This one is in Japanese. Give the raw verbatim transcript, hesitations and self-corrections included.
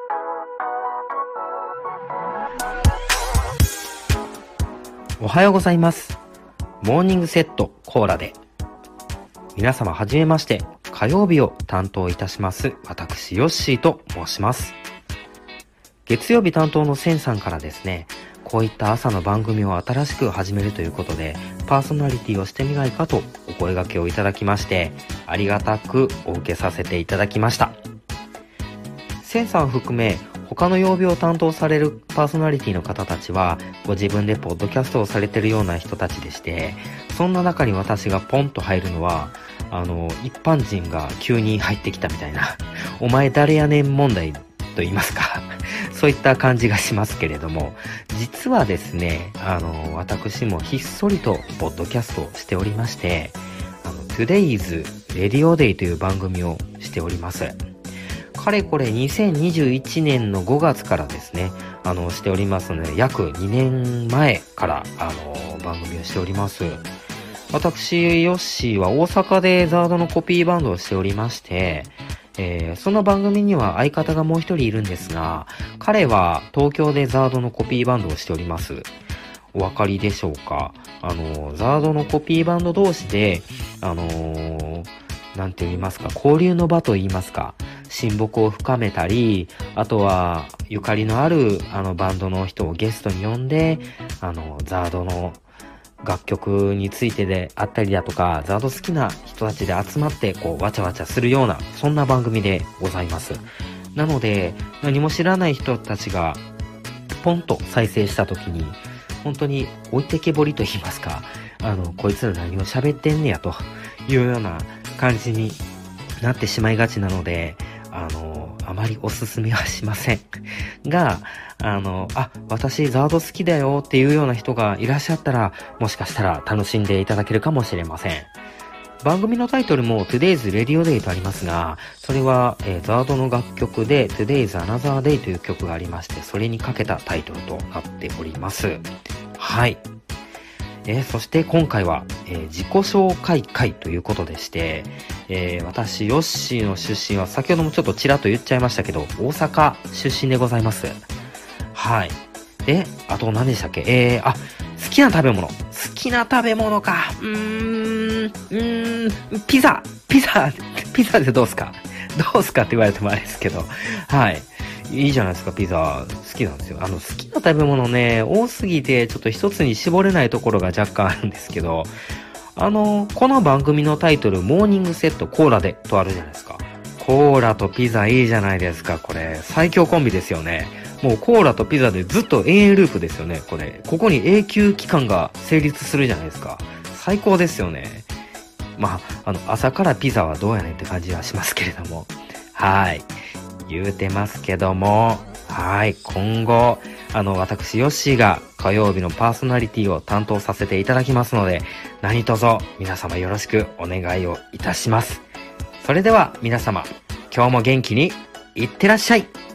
おはようございます。モーニングセットコーラで。皆様はじめまして。火曜日を担当いたします私ヨッシーと申します。月曜日担当のセンさんからですね、こういった朝の番組を新しく始めるということでパーソナリティをしてみないかとお声掛けをいただきまして、ありがたくお受けさせていただきました。センさん含め他の曜日を担当されるパーソナリティの方たちはご自分でポッドキャストをされているような人たちでして、そんな中に私がポンと入るのはあの一般人が急に入ってきたみたいなお前誰やねん問題と言いますかそういった感じがしますけれども、実はですね、あの私もひっそりとポッドキャストをしておりまして、あの Today's Radio Day という番組をしております。かれこれにせんにじゅういちねんのごがつからですね、あのしておりますので、約にねんまえからあの番組をしております。私ヨッシーは大阪でザードのコピーバンドをしておりまして、えー、その番組には相方がもう一人いるんですが、彼は東京でザードのコピーバンドをしております。お分かりでしょうか。あのザードのコピーバンド同士であのー、なんて言いますか、交流の場と言いますか、親睦を深めたり、あとはゆかりのあるあのバンドの人をゲストに呼んで、あのザードの楽曲についてであったりだとか、ザード好きな人たちで集まってこうわちゃわちゃするような、そんな番組でございます。なので何も知らない人たちがポンと再生した時に本当に置いてけぼりと言いますか、あのこいつら何を喋ってんねやというような感じになってしまいがちなので、あのあまりおすすめはしませんが、あのあ私ザード好きだよっていうような人がいらっしゃったら、もしかしたら楽しんでいただけるかもしれません。番組のタイトルも Today's Radio Day とありますが、それは、えー、ザードの楽曲で Today's Another Day という曲がありまして、それにかけたタイトルとなっております。はい。えー、そして今回は、えー、自己紹介会ということでして、えー、私ヨッシーの出身は先ほどもちょっとちらっと言っちゃいましたけど、大阪出身でございます。はい。で、あと何でしたっけ、えー、あ、好きな食べ物。好きな食べ物か。うーん、うーん、ピザ、ピザ、ピザでどうすかどうすかって言われてもあれですけど、はい。いいじゃないですか、ピザ。好きなんですよ。あの、好きな食べ物ね、多すぎて、ちょっと一つに絞れないところが若干あるんですけど、あの、この番組のタイトル、モーニングセットコーラでとあるじゃないですか。コーラとピザいいじゃないですか、これ。最強コンビですよね。もうコーラとピザでずっと永遠ループですよね、これ。ここに永久期間が成立するじゃないですか。最高ですよね。まあ、あの、朝からピザはどうやねんって感じはしますけれども。はい。言うてますけども、はい。今後、あの、私、ヨッシーが火曜日のパーソナリティを担当させていただきますので、何卒皆様よろしくお願いをいたします。それでは皆様、今日も元気にいってらっしゃい。